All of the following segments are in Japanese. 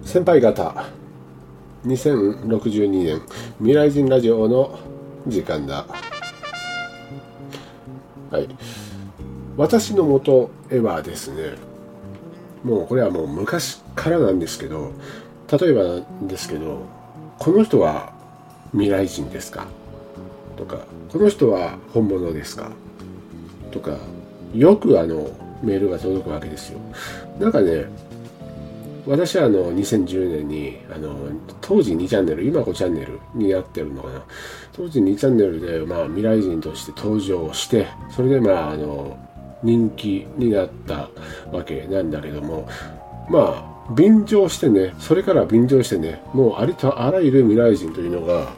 先輩方、2062年未来人ラジオの時間だ。はい、私の元へはですね、もうこれはもう昔からなんですけど、例えばなんですけど、この人は未来人ですかとか、この人は本物ですかとか、よくメールが届くわけですよ。なんかね、私は2010年に当時2チャンネル、今5チャンネルになってるのかな。当時2チャンネルで未来人として登場して、それで人気になったわけなんだけども、便乗してね、それから便乗してね、もうありとあらゆる未来人というのが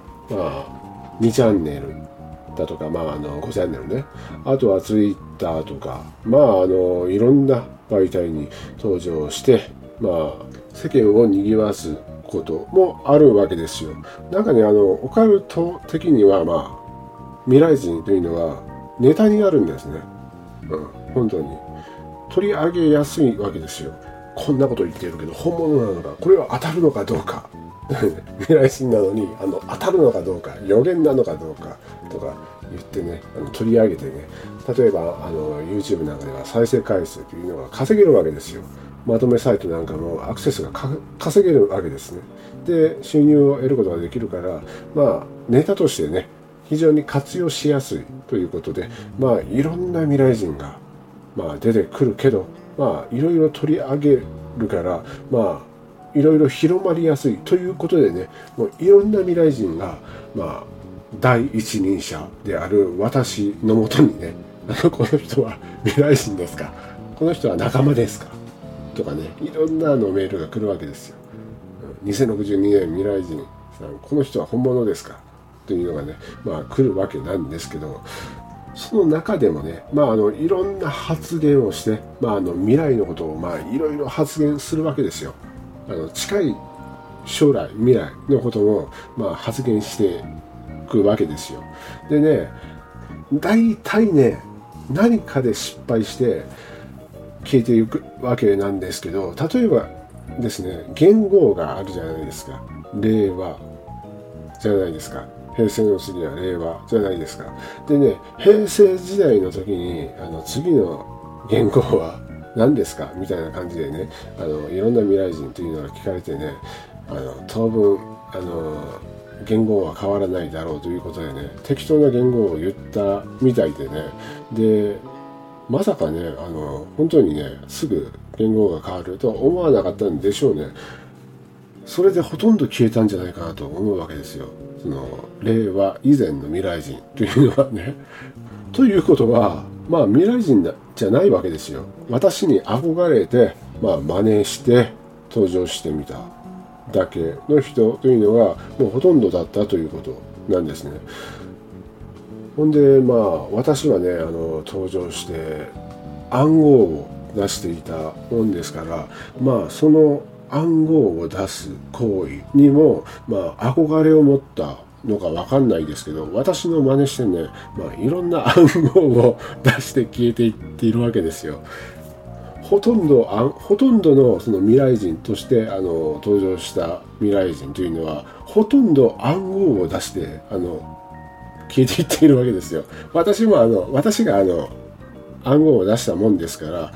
2チャンネルだとか、5チャンネルね、あとはツイッターとか、いろんな媒体に登場して、世間を賑わすこともあるわけですよ。なんかね、オカルト的には未来人というのはネタになるんですね。本当に取り上げやすいわけですよ。こんなこと言っているけど本物なのか、これは当たるのかどうか未来人なのに当たるのかどうか、予言なのかどうかとか言ってね、取り上げてね、例えばYouTube なんかでは再生回数というのが稼げるわけですよ。まとめサイトなんかもアクセスが稼げるわけですね。で、収入を得ることができるから、ネタとしてね、非常に活用しやすいということで、いろんな未来人が出てくるけど、いろいろ取り上げるから、いろいろ広まりやすいということでね、もういろんな未来人が、第一人者である私のもとにね、この人は未来人ですか、この人は仲間ですかとかね、いろんなメールが来るわけですよ。2062年未来人さん、この人は本物ですかというのがね、来るわけなんですけど、その中でもね、いろんな発言をして、未来のことをいろいろ発言するわけですよ。近い将来、未来のことを発言していくわけですよ。でね、大体ね、何かで失敗して消えていくわけなんですけど、例えばですね、元号があるじゃないですか。令和じゃないですか。平成の次は令和じゃないですか。でね、平成時代の時に次の元号は何ですかみたいな感じでね、いろんな未来人というのが聞かれてね、当分元号は変わらないだろうということでね、適当な元号を言ったみたいでね、でまさかね、本当にね、すぐ元号が変わるとは思わなかったんでしょうね。それでほとんど消えたんじゃないかなと思うわけですよ。その令和以前の未来人というのはね。ということは、未来人じゃないわけですよ。私に憧れて、真似して登場してみただけの人というのがもうほとんどだったということなんですね。ほんで私はね、登場して暗号を出していたもんですから、その暗号を出す行為にも憧れを持ったのか分かんないですけど、私の真似してね、いろんな暗号を出して消えていっているわけですよ。ほとんどのその未来人として登場した未来人というのはほとんど暗号を出して消えていっているわけですよ。私が暗号を出したもんですから、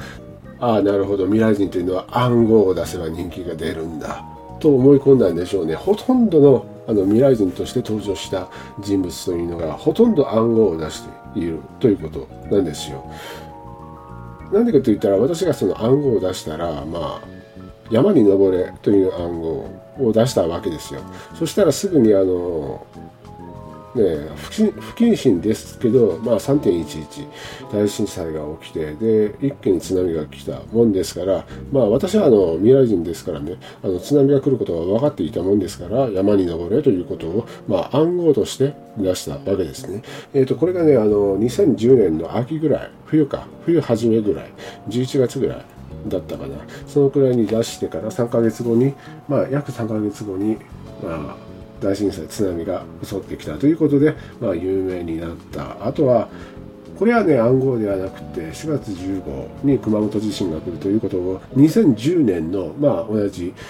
なるほど、未来人というのは暗号を出せば人気が出るんだと思い込んだんでしょうね。ほとんどの未来人として登場した人物というのがほとんど暗号を出しているということなんですよ。なんでかと言ったら、私がその暗号を出したら、山に登れという暗号を出したわけですよ。そしたらすぐに不謹慎ですけど、3.11 大震災が起きて、で一気に津波が来たもんですから、私は未来人ですからね、津波が来ることが分かっていたもんですから、山に登れということを、暗号として出したわけですね。これがね、2010年の秋ぐらい、冬初めぐらい、11月ぐらいだったかな、そのくらいに出してから3ヶ月後に、約3ヶ月後に大震災、津波が襲ってきたということで、有名になった。あとはこれはね、暗号ではなくて4月15に熊本地震が来るということを2010年の同じ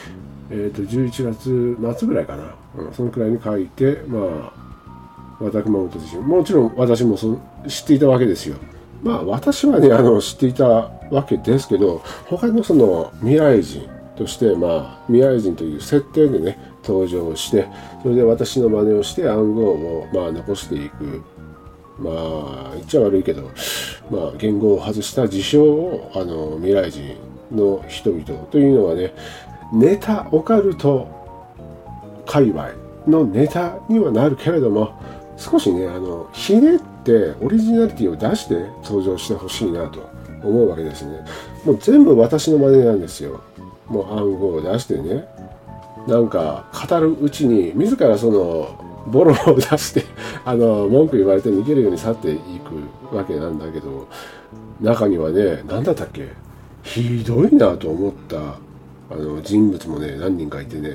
11月末ぐらいかな、そのくらいに書いて、和田熊本地震、もちろん私も知っていたわけですよ。私はね知っていたわけですけど、他のその未来人として、未来人という設定でね登場して、それで私の真似をして暗号を残していく、言っちゃ悪いけど、言語を外した事象を未来人の人々というのはね、ネタオカルト界隈のネタにはなるけれども、少しねひねってオリジナリティを出して登場してほしいなと思うわけですね。もう全部私の真似なんですよ。もう暗号を出してね、なんか語るうちに自らそのボロを出して文句言われて逃げるように去っていくわけなんだけど、中にはね、何だったっけ、ひどいなと思った人物もね何人かいてね、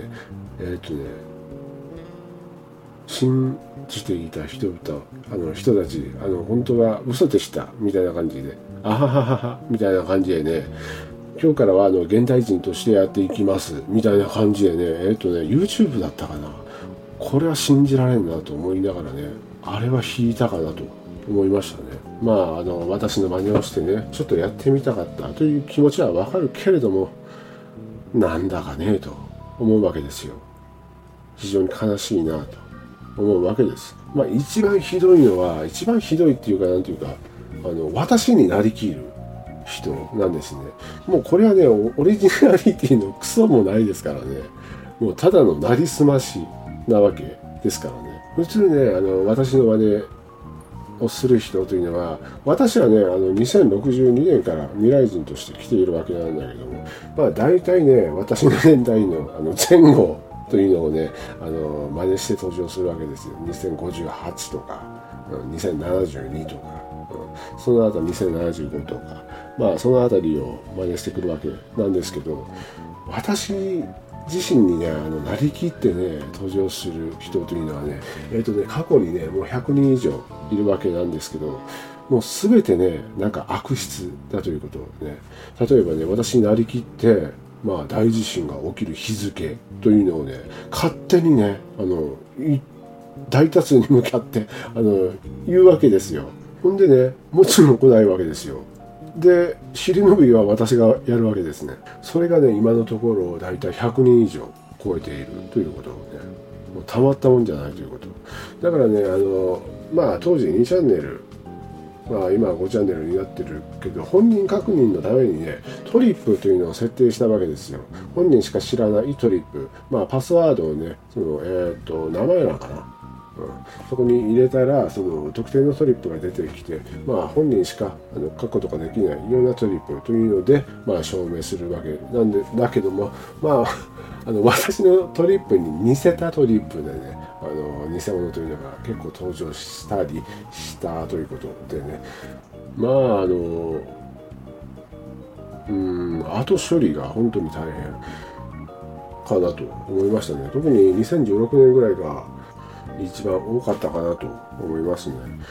信じていた人々、人たち本当は嘘でしたみたいな感じで、あははははみたいな感じでね、今日からは現代人としてやっていきますみたいな感じでね、YouTube だったかな、これは信じられんなと思いながらね、あれは引いたかなと思いましたね。私の真似をしてね、ちょっとやってみたかったという気持ちはわかるけれども、なんだかねと思うわけですよ。非常に悲しいなと思うわけです。一番ひどいのは、一番ひどいっていうか、なんていうか、私になりきる人なんですね。もうこれはね、オリジナリティのクソもないですからね。もうただのなりすましなわけですからね。普通ね、私の真似をする人というのは、私はね、2062年から未来人として来ているわけなんだけども、大体ね、私の年代の前後というのをね、真似して登場するわけですよ。2058とか、2072とか、その後2075とか、そのあたりを真似してくるわけなんですけど、私自身にね、なりきってね、登場する人というのはね、過去にね、もう100人以上いるわけなんですけど、もうすべてね、なんか悪質だということをね、例えばね、私になりきって、大地震が起きる日付というのをね、勝手にね、大多数に向かって、言うわけですよ。ほんでね、もちろん来ないわけですよ。で、尻拭いは私がやるわけですね。それがね、今のところだいたい100人以上超えているということをね、もうたまったもんじゃないということ。だからね、当時2チャンネル、今は5チャンネルになってるけど、本人確認のためにね、トリップというのを設定したわけですよ。本人しか知らないトリップ。パスワードをね、名前なんかな。そこに入れたら、その特定のトリップが出てきて、本人しか書くことができないようなトリップというので、証明するわけなんで、だけども、私のトリップに似せたトリップでね、偽物というのが結構登場したりしたということでね、後処理が本当に大変かなと思いましたね。特に2016年ぐらいが一番多かったかなと思いますね。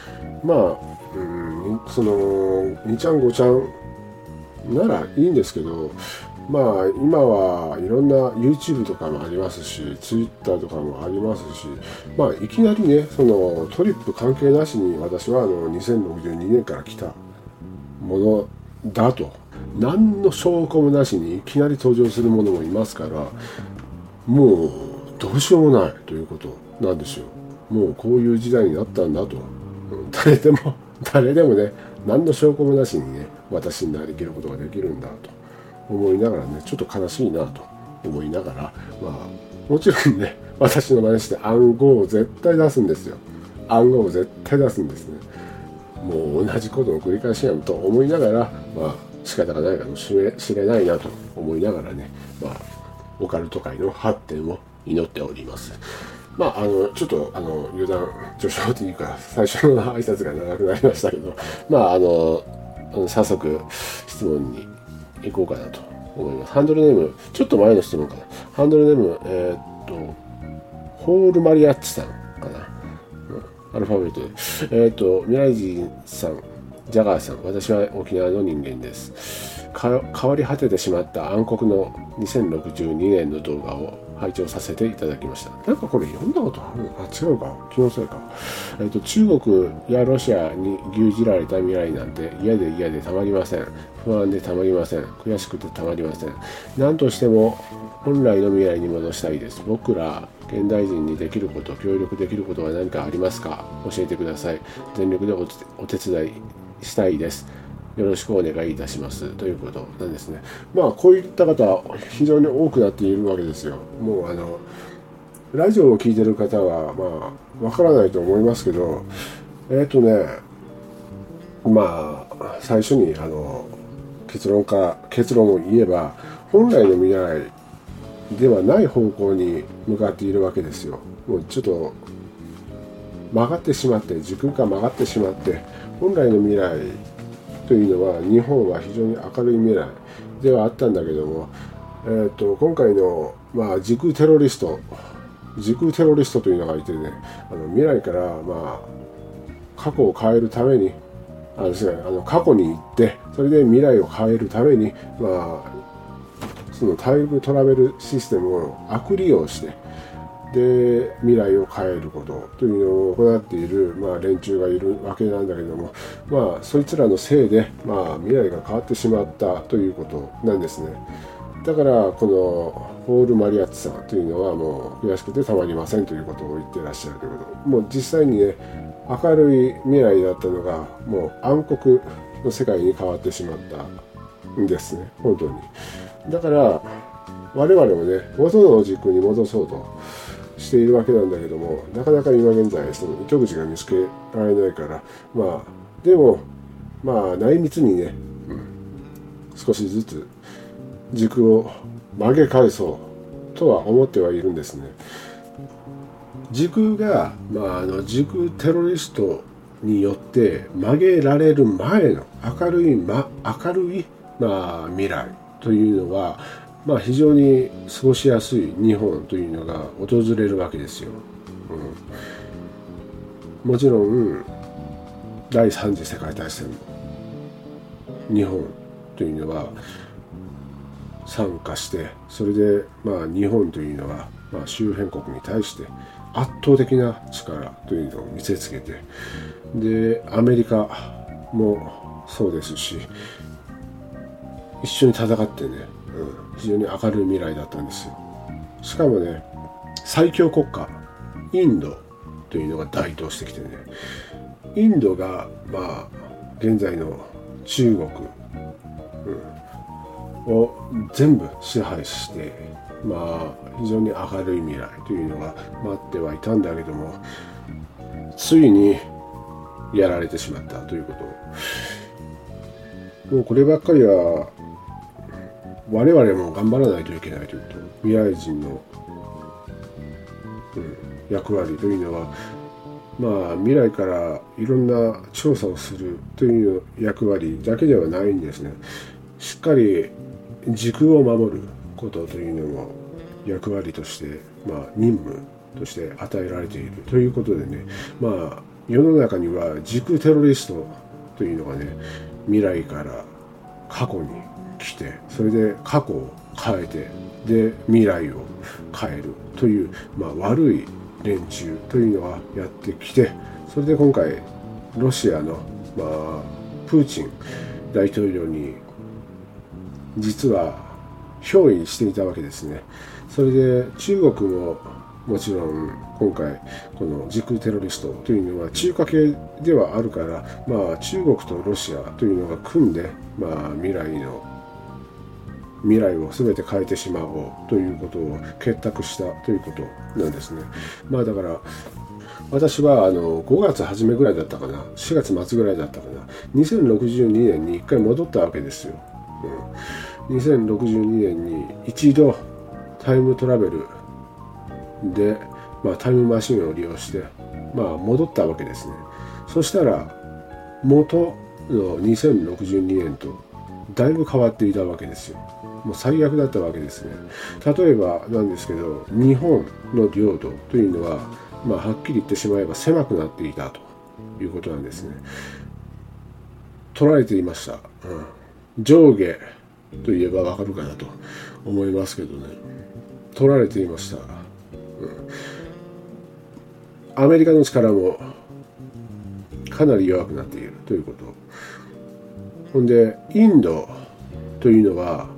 その2ちゃん5ちゃんならいいんですけど、今はいろんな YouTube とかもありますし、Twitter とかもありますし、いきなりね、そのトリップ関係なしに私は2062年から来たものだと、何の証拠もなしにいきなり登場するものもいますから、もうどうしようもないということなんですよ。もうこういう時代になったんだと、誰でもね、何の証拠もなしにね、私になりきることができるんだと思いながらね、ちょっと悲しいなと思いながら、もちろんね、私の真似して暗号を絶対出すんですよ。暗号を絶対出すんですね。もう同じことの繰り返しやんと思いながら、仕方がないかもしれないなと思いながらね、オカルト界の発展を祈っております。ちょっと余談序章というか最初の挨拶が長くなりましたけど、早速質問に行こうかなと思います。ハンドルネーム、ちょっと前の質問かな。ハンドルネーム、ホールマリアッチさんかな。アルファベットで。未来人さん、ジャガーさん、私は沖縄の人間です。 変わり果ててしまった暗黒の2062年の動画を拝聴させていただきました。なんかこれ読んだことある？違うか、気のせいか。中国やロシアに牛耳られた未来なんて嫌でたまりません。不安でたまりません。悔しくてたまりません。何としても本来の未来に戻したいです。僕ら現代人にできること、協力できることは何かありますか？教えてください。全力でお手伝いしたいです。よろしくお願いいたしますということなんですね。まあこういった方非常に多くなっているわけですよ。もうラジオを聞いてる方はまあわからないと思いますけど、まあ最初に結論を言えば、本来の未来ではない方向に向かっているわけですよ。もうちょっと曲がってしまって、時空が曲がってしまって、本来の未来というのは日本は非常に明るい未来ではあったんだけども、今回の、時空テロリストというのがいてね、未来から、過去を変えるために過去に行って、それで未来を変えるために、そのタイムトラベルシステムを悪利用して、で未来を変えることというのを行っている、連中がいるわけなんだけども、そいつらのせいで、未来が変わってしまったということなんですね。だからこのポール・マリアッツさんというのはもう悔しくてたまりませんということを言ってらっしゃるということ。もう実際にね、明るい未来だったのがもう暗黒の世界に変わってしまったんですね、本当に。だから我々もね、元の時空に戻そうとしているわけなんだけども、なかなか今現在その糸口が見つけられないから、でも内密にね、少しずつ軸を曲げ返そうとは思ってはいるんですね。時空が、時空テロリストによって曲げられる前の明るい未来というのは、非常に過ごしやすい日本というのが訪れるわけですよ。もちろん第三次世界大戦も日本というのは参加して、それで日本というのは周辺国に対して圧倒的な力というのを見せつけて、でアメリカもそうですし、一緒に戦ってね、非常に明るい未来だったんですよ。しかもね、最強国家インドというのが台頭してきてね、インドが現在の中国、を全部支配して、非常に明るい未来というのが待ってはいたんだけども、ついにやられてしまったということ。もうこればっかりは我々も頑張らないといけないということ。未来人の、役割というのは、未来からいろんな調査をするという役割だけではないんですね。しっかり時空を守ることというのも役割として、任務として与えられているということでね、世の中には時空テロリストというのがね、未来から過去に来て、それで過去を変えて、で未来を変えるという、悪い連中というのがやってきて、それで今回ロシアの、プーチン大統領に実は憑依していたわけですね。それで中国ももちろん今回この時空テロリストというのは中華系ではあるから、中国とロシアというのが組んで、未来を全て変えてしまおうということを結託したということなんですね。だから私は5月初めぐらいだったかな、4月末ぐらいだったかな、2062年に1回戻ったわけですよ。2062年に一度タイムトラベルで、タイムマシンを利用して、戻ったわけですね。そしたら元の2062年とだいぶ変わっていたわけですよ。もう最悪だったわけですね。例えばなんですけど、日本の領土というのは、はっきり言ってしまえば狭くなっていたということなんですね。取られていました。上下と言えばわかるかなと思いますけどね、取られていました。アメリカの力もかなり弱くなっているということ。ほんでインドというのは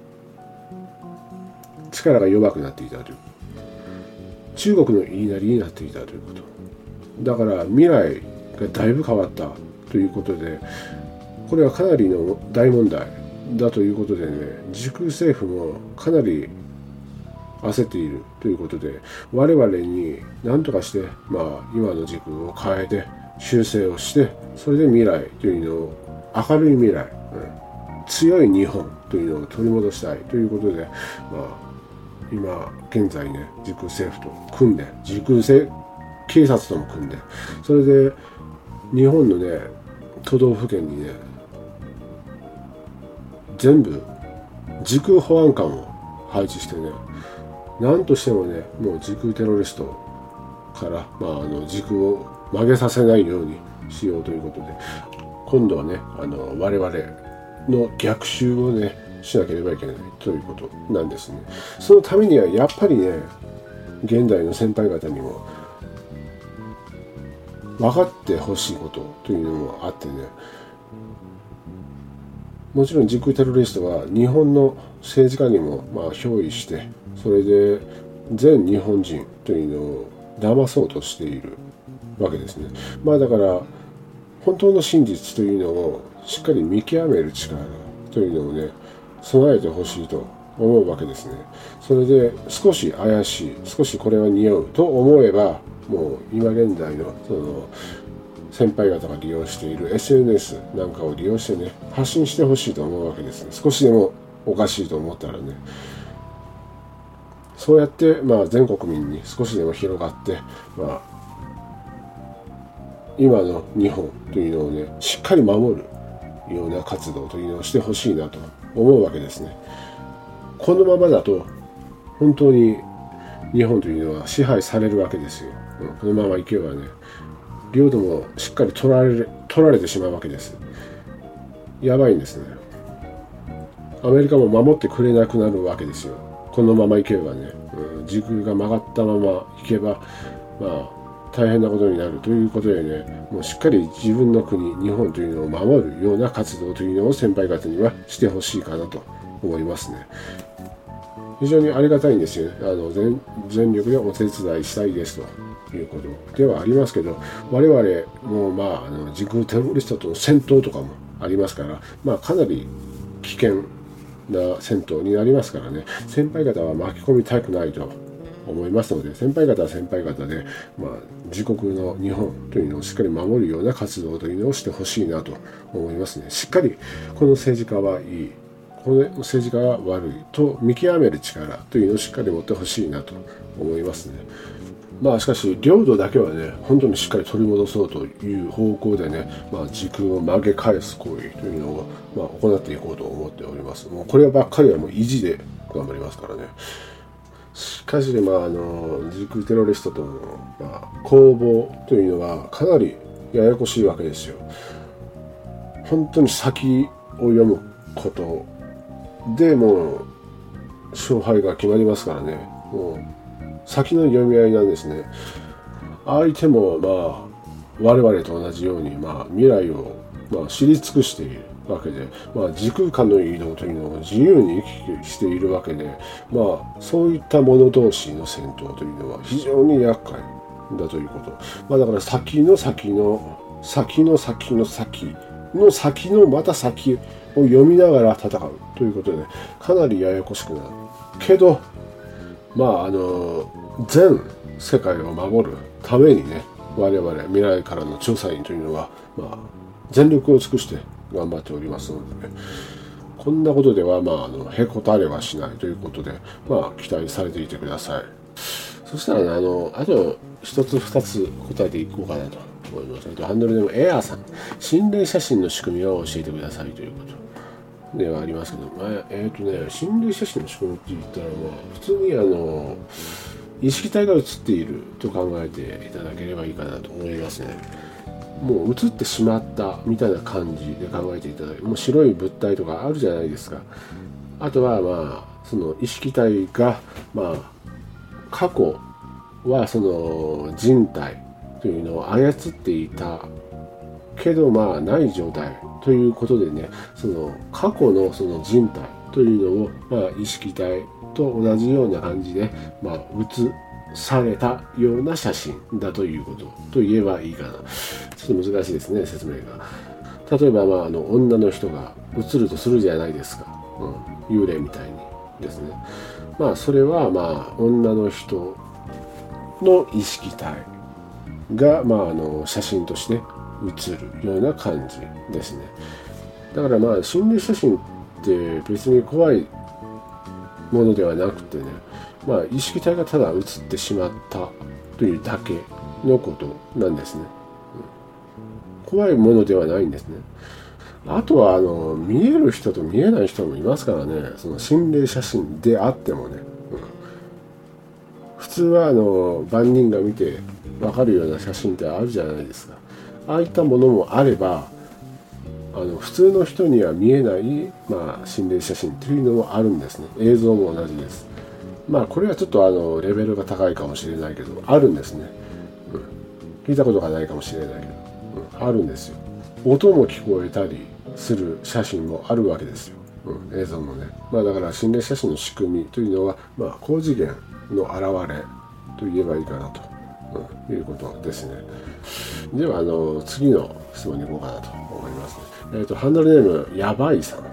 力が弱くなっていたという、中国の言いなりになっていたということ。だから未来がだいぶ変わったということで、これはかなりの大問題だということでね、自空政府もかなり焦っているということで、我々に何とかして、今の時空を変えて修正をして、それで未来というのを明るい未来、強い日本というのを取り戻したいということで、今現在ね、時空政府と組んで、時空警察とも組んで、それで日本のね都道府県にね全部時空保安官を配置してね、何としてもね、もう時空テロリストから、時空を曲げさせないようにしようということで、今度はね、我々の逆襲をねしなければいけないということなんですね。そのためにはやっぱりね、現代の先輩方にも分かってほしいことというのもあってね、もちろん時空テロリストは日本の政治家にも憑依して、それで全日本人というのを騙そうとしているわけですね。だから本当の真実というのをしっかり見極める力というのをね備えてほしいと思うわけですね。それで少し怪しい、少しこれは似合うと思えば、もう今現在のその先輩方が利用している SNS なんかを利用してね発信してほしいと思うわけですね。少しでもおかしいと思ったらね、そうやって全国民に少しでも広がって、今の日本というのをねしっかり守るような活動というのをしてほしいなと思うわけですね。このままだと本当に日本というのは支配されるわけですよ。このままいけばね、領土もしっかり取られてしまうわけです。やばいんですね。アメリカも守ってくれなくなるわけですよ。このままいけばね、時空が曲がったままいけば大変なことになるということでね、もうしっかり自分の国、日本というのを守るような活動というのを先輩方にはしてほしいかなと思いますね。非常にありがたいんですよね。全力でお手伝いしたいですということではありますけど、我々も時空テロリストとの戦闘とかもありますから、かなり危険な戦闘になりますからね、先輩方は巻き込みたくないと思いますので、先輩方は先輩方で、自国の日本というのをしっかり守るような活動というのをしてほしいなと思いますね。しっかりこの政治家はいい、この政治家は悪いと見極める力というのをしっかり持ってほしいなと思いますね。しかし領土だけはね本当にしっかり取り戻そうという方向でね、時空を曲げ返す行為というのを、行っていこうと思っております。もうこればっかりはもう意地で頑張りますからね。しかし時空テロリストとの、攻防というのはかなりややこしいわけですよ。本当に先を読むことでもう勝敗が決まりますからね。もう先の読み合いなんですね。相手も我々と同じように未来を知り尽くしているわけで、時空間の移動というのを自由に行き来しているわけで、そういった者同士の戦闘というのは非常に厄介だということ。だから先の先の先の先の先の先のまた先を読みながら戦うということで、かなりややこしくなるけど、全世界を守るためにね、我々未来からの調査員というのは、全力を尽くして頑張っておりますのでね、こんなことではへこたれはしないということで、期待されていてください。そしたらね、あと一つ二つ答えていこうかなと思います。ハンドルネームエアーさん、心霊写真の仕組みを教えてくださいということではありますけど、心霊写真の仕組みって言ったら普通に意識体が映っていると考えていただければいいかなと思いますね。もう映ってしまったみたいな感じで考えていただいて、もう白い物体とかあるじゃないですか。 あとはその意識体が過去はその人体というのを操っていたけどない状態ということでね、その過去のその人体というのを意識体と同じような感じで写されたような写真だということと言えばいいかな。ちょっと難しいですね、説明が。例えば女の人が写るとするじゃないですか、幽霊みたいにですね。それは女の人の意識体が写真として写るような感じですね。だから心霊写真って別に怖いものではなくてね、意識体がただ写ってしまったというだけのことなんですね。怖いものではないんですね。あとは見える人と見えない人もいますからね、その心霊写真であってもね、普通は万人が見て分かるような写真ってあるじゃないですか。ああいったものもあれば、普通の人には見えない、心霊写真というのもあるんですね。映像も同じです。これはちょっとレベルが高いかもしれないけど、あるんですね。聞いたことがないかもしれないけど、あるんですよ。音も聞こえたりする写真もあるわけですよ。映像もね。だから心霊写真の仕組みというのは、高次元の現れと言えばいいかなと、いうことですね。では次の質問に行こうかなと思いますね。ハンドルネームやばいさん。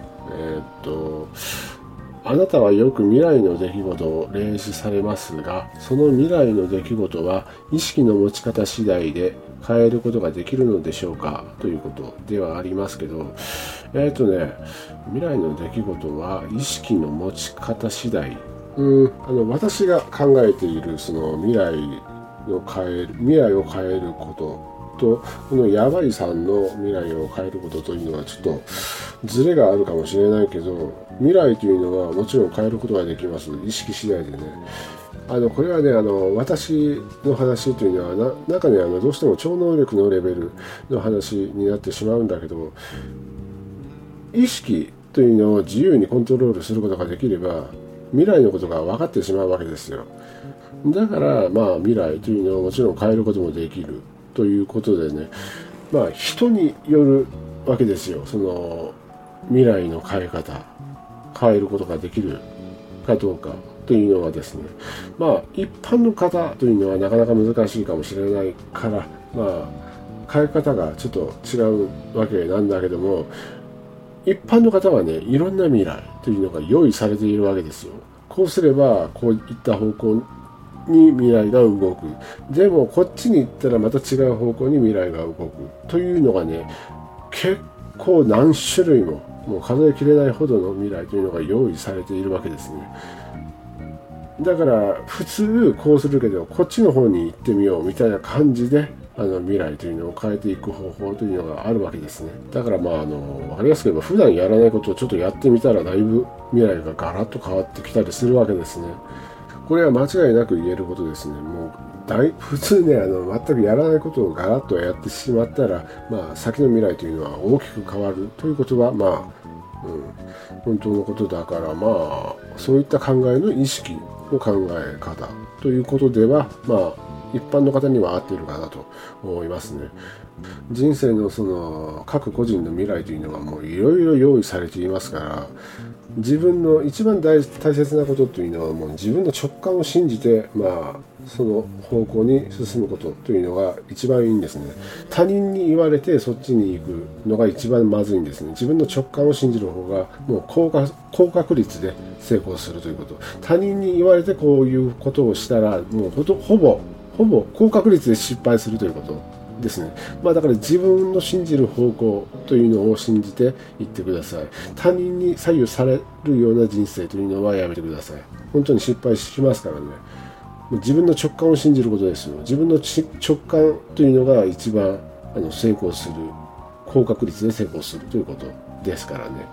あなたはよく未来の出来事を例示されますが、その未来の出来事は意識の持ち方次第で変えることができるのでしょうか、ということではありますけど、未来の出来事は意識の持ち方次第。私が考えているその未来を変えることと、このやばいさんの未来を変えることというのはちょっとズレがあるかもしれないけど、未来というのはもちろん変えることができます。意識次第でね。これはね、私の話というのは中にどうしても超能力のレベルの話になってしまうんだけど、意識というのを自由にコントロールすることができれば、未来のことが分かってしまうわけですよ。だから未来というのをもちろん変えることもできるということでね、人によるわけですよ。その未来の変えることができるかどうかというのはですね、一般の方というのはなかなか難しいかもしれないから、変え方がちょっと違うわけなんだけども、一般の方はね、いろんな未来というのが用意されているわけですよ。こうすればこういった方向に未来が動く。でもこっちに行ったらまた違う方向に未来が動くというのがね、結構何種類もう数えきれないほどの未来というのが用意されているわけですね。だから普通こうするけど、こっちの方に行ってみようみたいな感じで未来というのを変えていく方法というのがあるわけですね。だから分かりやすく言えば、普段やらないことをちょっとやってみたらだいぶ未来がガラッと変わってきたりするわけですね。これは間違いなく言えることですね。もう普通ね、全くやらないことをガラッとやってしまったら、先の未来というのは大きく変わるということは本当のことだから、そういった考えの意識の考え方ということでは一般の方には合っているかなと思いますね。人生のその各個人の未来というのはもういろいろ用意されていますから、自分の一番大切なことというのはもう自分の直感を信じてその方向に進むことというのが一番いいんですね。他人に言われてそっちに行くのが一番まずいんですね。自分の直感を信じる方がもう高確率で成功するということ。他人に言われてこういうことをしたらもうほぼ高確率で失敗するということですね。だから自分の信じる方向というのを信じていってください。他人に左右されるような人生というのはやめてください。本当に失敗しますからね。自分の直感を信じることですよ。自分の直感というのが一番成功する、高確率で成功するということですからね。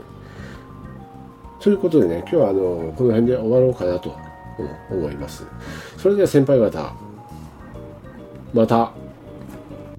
ということでね、今日はこの辺で終わろうかなと思います。それでは先輩方、また。